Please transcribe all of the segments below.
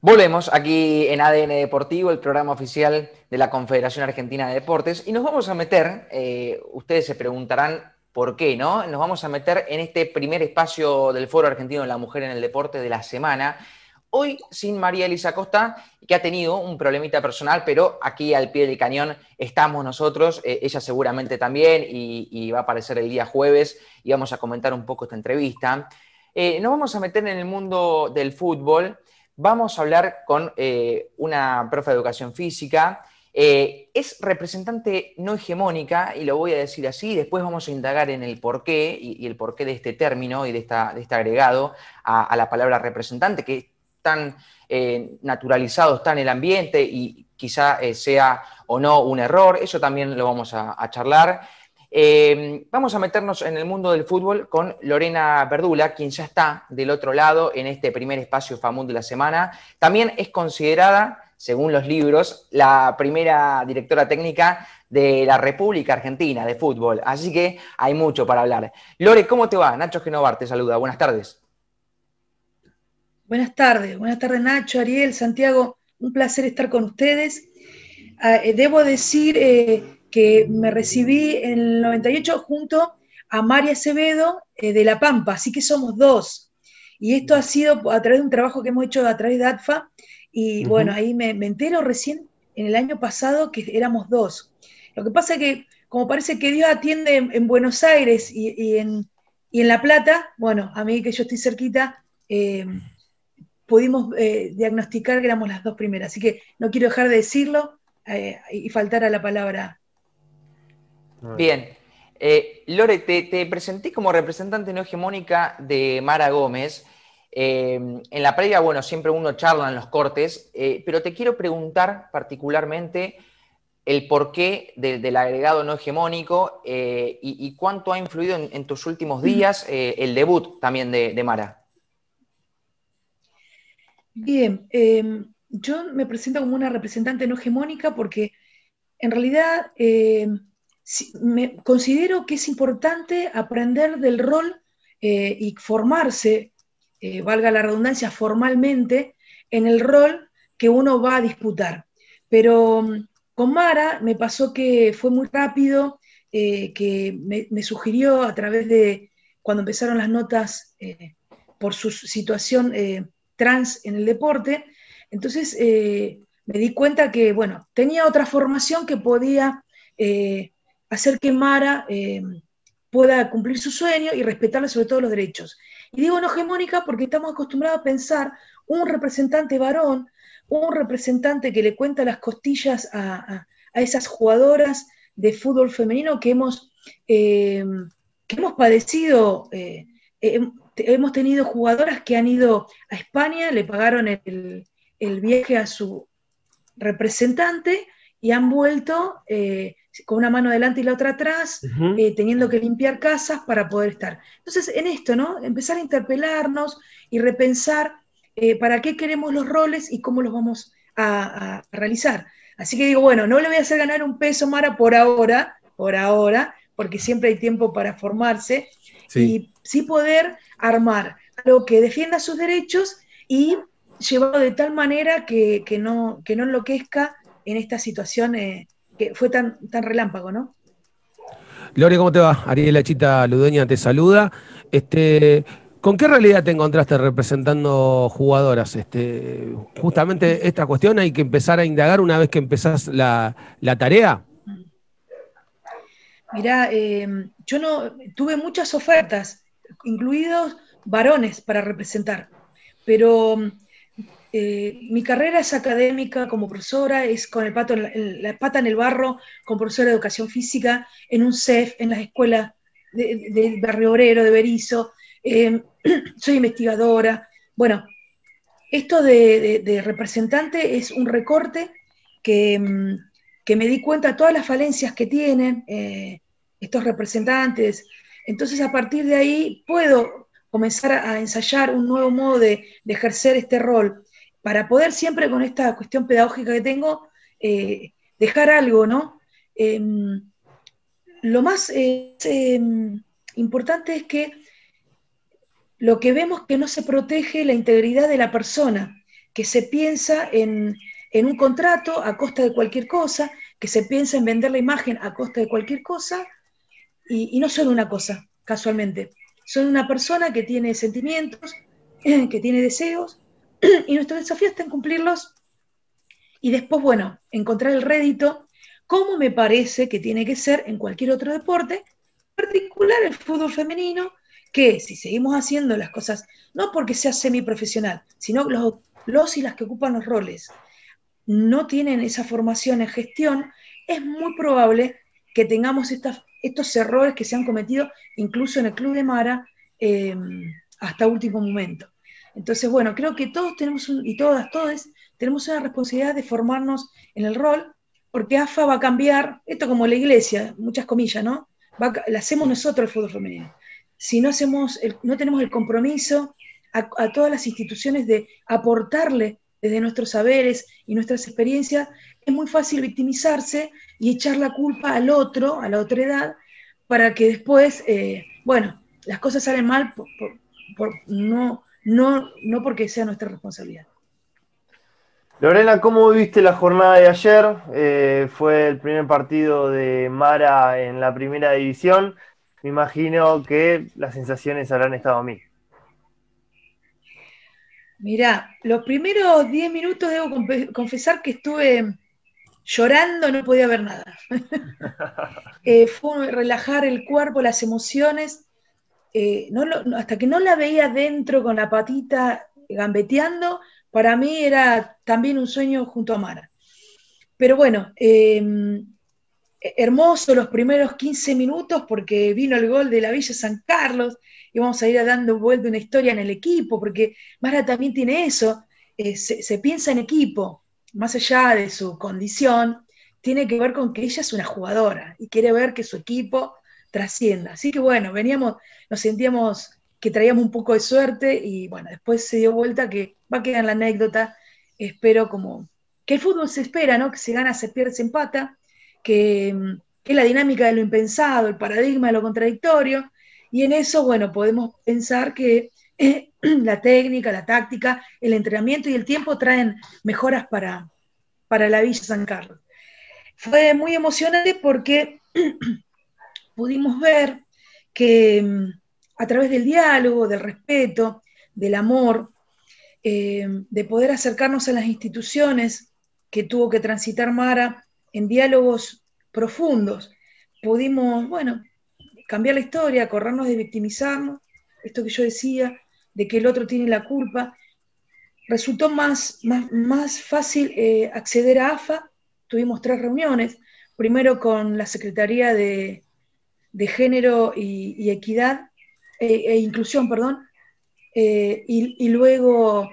Volvemos aquí en ADN Deportivo, el programa oficial de la Confederación Argentina de Deportes, y nos vamos a meter, ustedes se preguntarán por qué, ¿no? Nos vamos a meter en este primer espacio del Foro Argentino de la Mujer en el Deporte de la semana. Hoy sin María Elisa Costa, que ha tenido un problemita personal, pero aquí al pie del cañón estamos nosotros, ella seguramente también, y va a aparecer el día jueves, y vamos a comentar un poco esta entrevista. Nos vamos a meter en el mundo del fútbol. Vamos a hablar con una profe de educación física. Es representante no hegemónica, y lo voy a decir así. Después vamos a indagar en el porqué y el porqué de este término y de este agregado a la palabra representante, que es tan naturalizado, está en el ambiente y quizá sea o no un error. Eso también lo vamos a charlar. Vamos a meternos en el mundo del fútbol con Lorena Verdula, quien ya está del otro lado en este primer espacio FAMUT de la semana. También es considerada, según los libros, la primera directora técnica de la República Argentina de fútbol. Así que hay mucho para hablar. Lore, ¿cómo te va? Nacho Genovar te saluda. Buenas tardes. Buenas tardes Nacho, Ariel, Santiago, un placer estar con ustedes. Debo decir que me recibí en el 98 junto a María Acevedo de La Pampa, así que somos dos. Y esto ha sido a través de un trabajo que hemos hecho a través de ADFA, y bueno, Ujú. ahí me entero recién en el año pasado que éramos dos. Lo que pasa es que como parece que Dios atiende en Buenos Aires y en La Plata, bueno, a mí que yo estoy cerquita, pudimos diagnosticar que éramos las dos primeras. Así que no quiero dejar de decirlo y faltar a la palabra. Bien. Lore, te presenté como representante no hegemónica de Mara Gómez. En la previa, bueno, siempre uno charla en los cortes, pero te quiero preguntar particularmente el porqué del agregado no hegemónico y cuánto ha influido en tus últimos días el debut también de Mara. Bien, yo me presento como una representante no hegemónica porque en realidad me considero que es importante aprender del rol y formarse, valga la redundancia, formalmente en el rol que uno va a disputar. Pero con Mara me pasó que fue muy rápido, que me sugirió a través de cuando empezaron las notas por su situación trans en el deporte, entonces me di cuenta que, bueno, tenía otra formación que podía hacer que Mara pueda cumplir su sueño y respetarle sobre todo los derechos. Y digo no hegemónica porque estamos acostumbrados a pensar un representante varón, un representante que le cuenta las costillas a esas jugadoras de fútbol femenino eh, que hemos padecido. Hemos tenido jugadoras que han ido a España, le pagaron el viaje a su representante y han vuelto con una mano adelante y la otra atrás, Ujú. teniendo que limpiar casas para poder estar. Entonces, en esto, ¿no? Empezar a interpelarnos y repensar para qué queremos los roles y cómo los vamos a realizar. Así que digo, bueno, no le voy a hacer ganar un peso, Mara, por ahora, porque siempre hay tiempo para formarse, Sí. y sí poder armar algo que defienda sus derechos y llevado de tal manera que no enloquezca en esta situación que fue tan relámpago, ¿no? Lore, ¿cómo te va? Ariel Chita Ludueña te saluda. Este, ¿Con qué realidad te encontraste representando jugadoras? Justamente esta cuestión hay que empezar a indagar una vez que empezás la tarea. Mirá, yo no tuve muchas ofertas, incluidos varones para representar, pero mi carrera es académica como profesora, es con la pata en el barro, como profesora de educación física, en un CEF, en las escuelas de Barrio Obrero, de Berizo. Eh, Soy investigadora. Bueno, esto de representante es un recorte que, que me di cuenta de todas las falencias que tienen estos representantes. Entonces, a partir de ahí, puedo comenzar a ensayar un nuevo modo de ejercer este rol para poder siempre con esta cuestión pedagógica que tengo, dejar algo, ¿no? Eh, lo más importante es que lo que vemos es que no se protege la integridad de la persona. que se piensa en un contrato a costa de cualquier cosa, que se piensa en vender la imagen a costa de cualquier cosa, y no son una cosa, casualmente. Son una persona que tiene sentimientos, que tiene deseos, y nuestro desafío está en cumplirlos y después, bueno, encontrar el rédito, como me parece que tiene que ser en cualquier otro deporte, en particular el fútbol femenino, que si seguimos haciendo las cosas, no porque sea semiprofesional, sino los y las que ocupan los roles no tienen esa formación en gestión, es muy probable que tengamos estos errores que se han cometido incluso en el Club de Mara hasta último momento. Entonces, bueno, creo que todos tenemos, y todas, todos, tenemos una responsabilidad de formarnos en el rol, porque AFA va a cambiar, esto como la iglesia, muchas comillas, ¿no? La hacemos nosotros el fútbol femenino. Si no, no tenemos el compromiso a todas las instituciones de aportarle desde nuestros saberes y nuestras experiencias, es muy fácil victimizarse y echar la culpa al otro, a la otredad, para que después, bueno, las cosas salen mal no porque sea nuestra responsabilidad. Lorena, ¿cómo viviste la jornada de ayer? Fue el primer partido de Mara en la primera división. Me imagino que las sensaciones habrán estado a mí. Mirá, los primeros 10 minutos debo confesar que estuve llorando, no podía ver nada. Fue relajar el cuerpo, las emociones, hasta que no la veía dentro con la patita gambeteando, para mí era también un sueño junto a Mara. Pero bueno, hermoso los primeros 15 minutos porque vino el gol de la Villa San Carlos y vamos a ir dando vuelta una historia en el equipo, porque Mara también tiene eso, se piensa en equipo, más allá de su condición, tiene que ver con que ella es una jugadora y quiere ver que su equipo trascienda. Así que bueno, nos sentíamos que traíamos un poco de suerte y bueno, después se dio vuelta que va a quedar en la anécdota, espero como que el fútbol se espera, ¿no? Que se gana, se pierde, se empata, que es la dinámica de lo impensado, el paradigma de lo contradictorio, y en eso, bueno, podemos pensar que la técnica, la táctica, el entrenamiento y el tiempo traen mejoras para la Villa San Carlos. Fue muy emocionante porque pudimos ver que a través del diálogo, del respeto, del amor, de poder acercarnos a las instituciones que tuvo que transitar Mara en diálogos profundos, pudimos, bueno, cambiar la historia, corrernos de victimizarnos, esto que yo decía, de que el otro tiene la culpa. Resultó más fácil acceder a AFA, tuvimos 3 reuniones, primero con la Secretaría de Género y Equidad, e Inclusión, perdón, y luego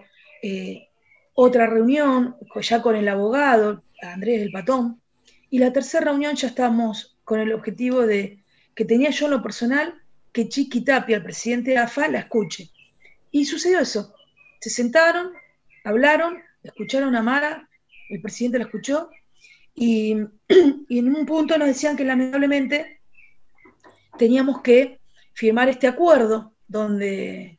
otra reunión ya con el abogado, Andrés del Patón, y la tercera reunión ya estábamos con el objetivo de que tenía yo en lo personal que Chiqui Tapia, el presidente de AFA, la escuche. Y sucedió eso. Se sentaron, hablaron, escucharon a Mara, el presidente la escuchó, y en un punto nos decían que lamentablemente teníamos que firmar este acuerdo donde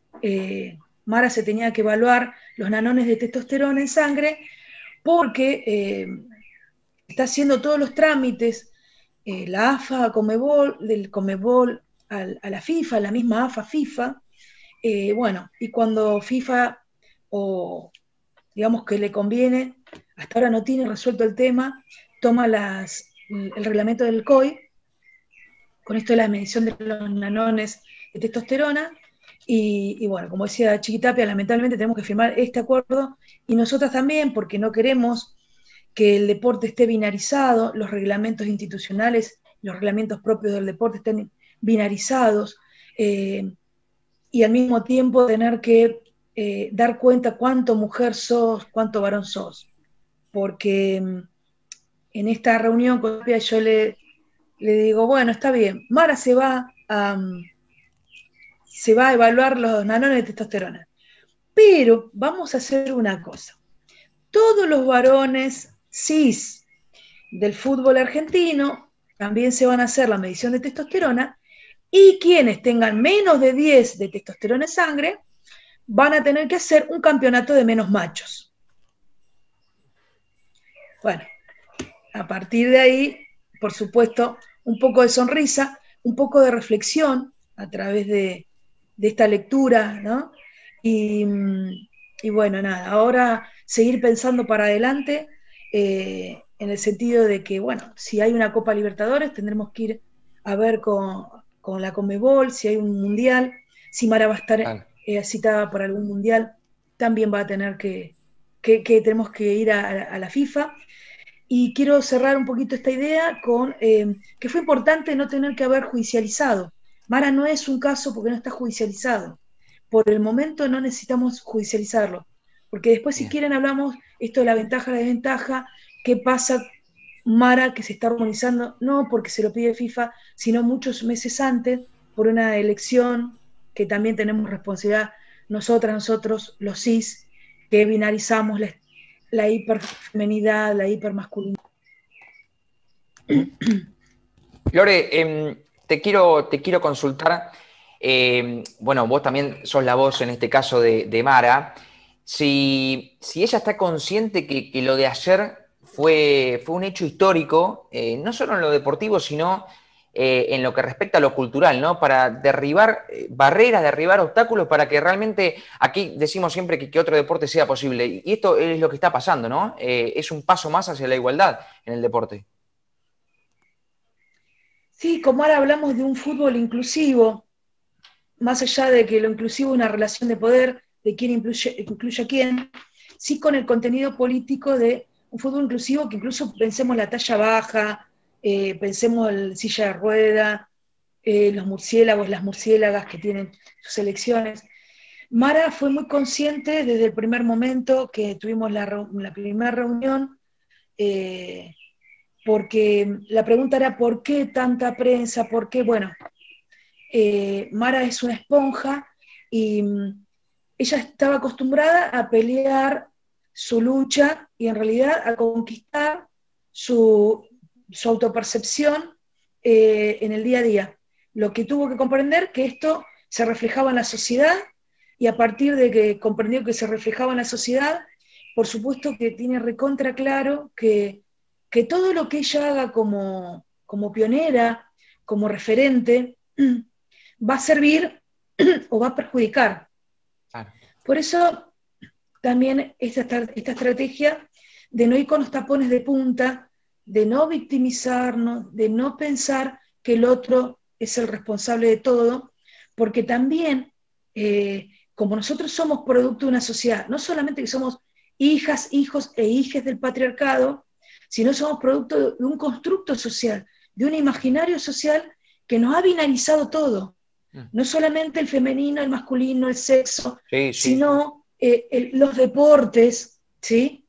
Mara se tenía que evaluar los nanones de testosterona en sangre porque está haciendo todos los trámites, la AFA a Conmebol, del Conmebol a la FIFA, la misma AFA FIFA, bueno, y cuando FIFA, o digamos que le conviene, hasta ahora no tiene resuelto el tema, toma el reglamento del COI, con esto de la medición de los nanones de testosterona, y bueno, como decía Chiquitapia, lamentablemente tenemos que firmar este acuerdo, y nosotras también, porque no queremos que el deporte esté binarizado, los reglamentos institucionales, los reglamentos propios del deporte estén binarizados, y al mismo tiempo tener que dar cuenta cuánto mujer sos, cuánto varón sos. Porque en esta reunión con Tapia yo le digo, bueno, está bien, Mara se va a evaluar los nanones de testosterona, pero vamos a hacer una cosa. Todos los varones cis del fútbol argentino también se van a hacer la medición de testosterona, y quienes tengan menos de 10 de testosterona en sangre van a tener que hacer un campeonato de menos machos. Bueno, a partir de ahí, por supuesto, un poco de sonrisa, un poco de reflexión a través de esta lectura, ¿no? Y, y bueno, nada, ahora seguir pensando para adelante, en el sentido de que, bueno, si hay una Copa Libertadores, tendremos que ir a ver con la Conmebol, si hay un mundial, si Mara va a estar citada para algún mundial, también va a tener que tenemos que ir a la FIFA. Y quiero cerrar un poquito esta idea con que fue importante no tener que haber judicializado. Mara no es un caso porque no está judicializado. Por el momento no necesitamos judicializarlo, porque después si quieren hablamos esto de la ventaja, la desventaja, qué pasa Mara que se está armonizando, no porque se lo pide FIFA, sino muchos meses antes por una elección que también tenemos responsabilidad nosotros, los cis, que binarizamos la hiperfeminidad, la hipermasculinidad. Lore, te quiero consultar, bueno, vos también sos la voz en este caso de Mara, si ella está consciente que lo de ayer fue un hecho histórico, no solo en lo deportivo, sino en lo que respecta a lo cultural, ¿no? Para derribar barreras, derribar obstáculos, para que realmente, aquí decimos siempre que otro deporte sea posible, y esto es lo que está pasando, ¿no? Es un paso más hacia la igualdad en el deporte. Sí, como ahora hablamos de un fútbol inclusivo, más allá de que lo inclusivo es una relación de poder, de quién incluye a quién, sí con el contenido político de un fútbol inclusivo que incluso pensemos la talla baja, pensemos el silla de rueda, los murciélagos, las murciélagas que tienen sus elecciones. Mara fue muy consciente desde el primer momento que tuvimos la primera reunión, porque la pregunta era ¿por qué tanta prensa? ¿Por qué? Bueno, Mara es una esponja y ella estaba acostumbrada a pelear su lucha y en realidad a conquistar su autopercepción en el día a día. Lo que tuvo que comprender que esto se reflejaba en la sociedad y a partir de que comprendió que se reflejaba en la sociedad, por supuesto que tiene recontra claro que todo lo que ella haga como pionera, como referente, va a servir o va a perjudicar. Por eso también esta estrategia de no ir con los tapones de punta, de no victimizarnos, de no pensar que el otro es el responsable de todo, porque también, como nosotros somos producto de una sociedad, no solamente que somos hijas, hijos e hijes del patriarcado, sino somos producto de un constructo social, de un imaginario social que nos ha binarizado todo. No solamente el femenino, el masculino, el sexo, sino los deportes, ¿sí?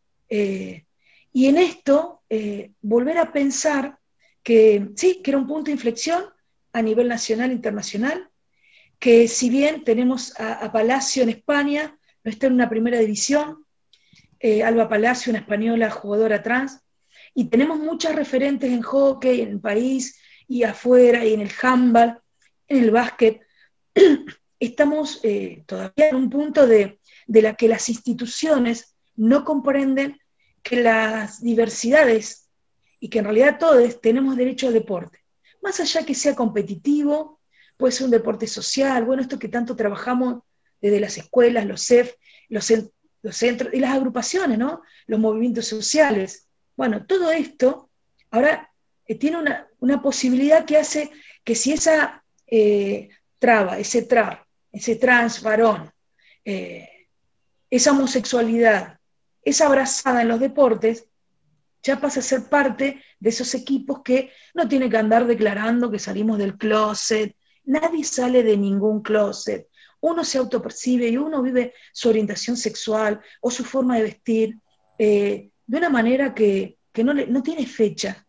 Y en esto, volver a pensar que sí, que era un punto de inflexión a nivel nacional e internacional, que si bien tenemos a Palacio en España, no está en una primera división, Alba Palacio, una española jugadora trans, y tenemos muchas referentes en hockey, en el país y afuera, y en el handball, en el básquet. Estamos todavía en un punto de la que las instituciones no comprenden que las diversidades y que en realidad todos tenemos derecho al deporte. Más allá que sea competitivo, puede ser un deporte social, bueno, esto que tanto trabajamos desde las escuelas, los CEF, los centros y las agrupaciones, ¿no? Los movimientos sociales. Bueno, todo esto ahora tiene una posibilidad que hace que si esa traba, ese trans varón, esa homosexualidad es abrazada en los deportes, ya pasa a ser parte de esos equipos que no tienen que andar declarando que salimos del closet. Nadie sale de ningún closet. Uno se autopercibe y uno vive su orientación sexual o su forma de vestir de una manera que no tiene fecha.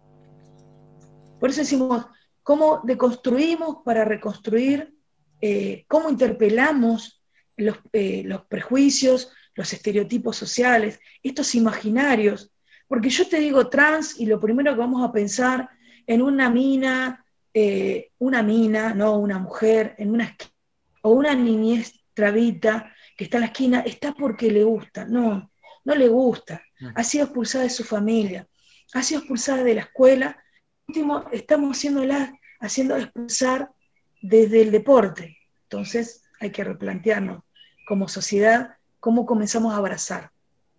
Por eso decimos, ¿cómo deconstruimos para reconstruir? ¿Cómo interpelamos los prejuicios, los estereotipos sociales, estos imaginarios? Porque yo te digo trans y lo primero que vamos a pensar en una mina, no una mujer, o una niñez trabita, que está en la esquina, está porque le gusta. No, no le gusta. Ha sido expulsada de su familia, ha sido expulsada de la escuela. Último, estamos haciéndola expulsar desde el deporte. Entonces hay que replantearnos como sociedad cómo comenzamos a abrazar.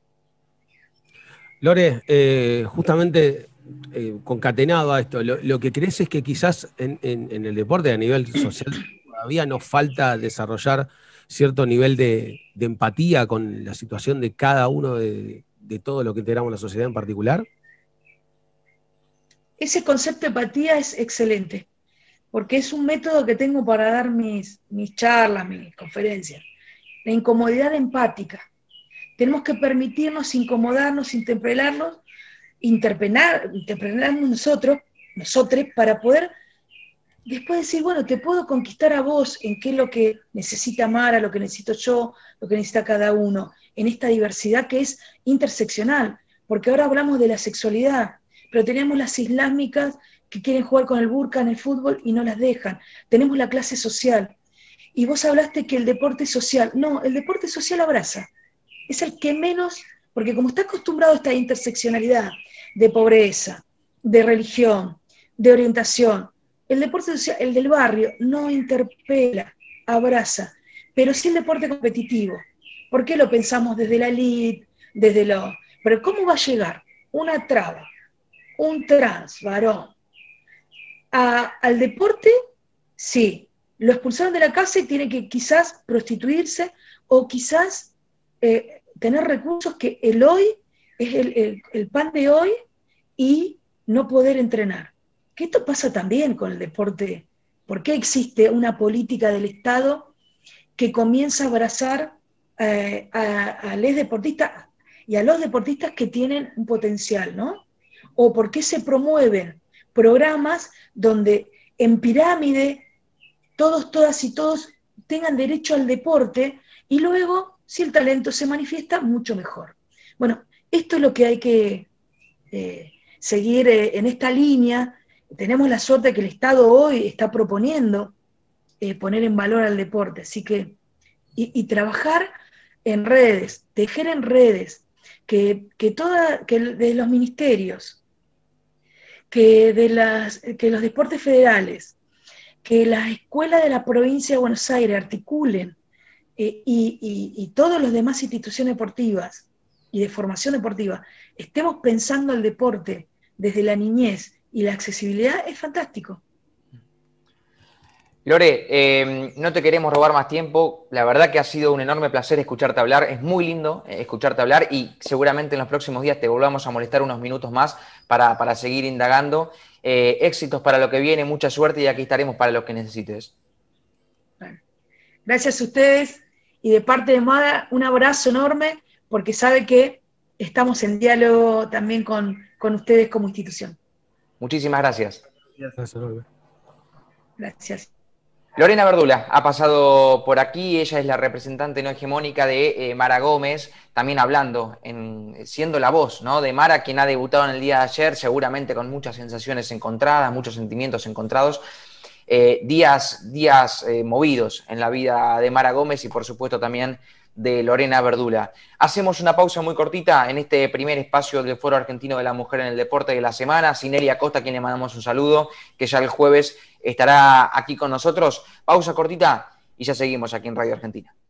Lore, justamente concatenado a esto, lo que crees es que quizás en el deporte a nivel social todavía nos falta desarrollar cierto nivel de empatía con la situación de cada uno de todo lo que integramos la sociedad en particular. Ese concepto de empatía es excelente, porque es un método que tengo para dar mis charlas, mis conferencias. La incomodidad empática. Tenemos que permitirnos incomodarnos, interpelarnos nosotros para poder después decir, bueno, te puedo conquistar a vos en qué es lo que necesita Mara, lo que necesito yo, lo que necesita cada uno, en esta diversidad que es interseccional, porque ahora hablamos de la sexualidad, pero tenemos las islámicas que quieren jugar con el burka en el fútbol y no las dejan, tenemos la clase social, y vos hablaste que el deporte es social, no, el deporte social abraza, es el que menos, porque como está acostumbrado a esta interseccionalidad de pobreza, de religión, de orientación, el deporte social, el del barrio, no interpela, abraza, pero sí el deporte competitivo. ¿Por qué lo pensamos desde la elite, Pero ¿cómo va a llegar una traba, un trans, varón, al deporte? Sí, lo expulsaron de la casa y tiene que quizás prostituirse o quizás tener recursos que el hoy es el pan de hoy y no poder entrenar. Que esto pasa también con el deporte. ¿Por qué existe una política del Estado que comienza a abrazar a los deportistas y a los deportistas que tienen un potencial, ¿no? ¿O por qué se promueven programas donde en pirámide todos, todas y todos tengan derecho al deporte y luego, si el talento se manifiesta, mucho mejor? Bueno, esto es lo que hay que seguir en esta línea. Tenemos la suerte que el Estado hoy está proponiendo poner en valor al deporte, así que, y trabajar en redes, tejer en redes, que de los ministerios, que los deportes federales, que las escuelas de la provincia de Buenos Aires articulen y todas las demás instituciones deportivas y de formación deportiva estemos pensando el deporte desde la niñez y la accesibilidad, es fantástico. Lore, no te queremos robar más tiempo. La verdad que ha sido un enorme placer escucharte hablar. Es muy lindo escucharte hablar y seguramente en los próximos días te volvamos a molestar unos minutos más para seguir indagando. Éxitos para lo que viene, mucha suerte y aquí estaremos para lo que necesites. Bueno, gracias a ustedes y de parte de Mara un abrazo enorme porque sabe que estamos en diálogo también con ustedes como institución. Muchísimas gracias. Gracias. Lorena Verdula ha pasado por aquí, ella es la representante no hegemónica de Mara Gómez, también hablando, siendo la voz, ¿no?, de Mara, quien ha debutado en el día de ayer, seguramente con muchas sensaciones encontradas, muchos sentimientos encontrados, días movidos en la vida de Mara Gómez y por supuesto también de Lorena Verdula. Hacemos una pausa muy cortita en este primer espacio del Foro Argentino de la Mujer en el Deporte de la semana. Sinelia Costa, a quien le mandamos un saludo, que ya el jueves estará aquí con nosotros. Pausa cortita y ya seguimos aquí en Radio Argentina.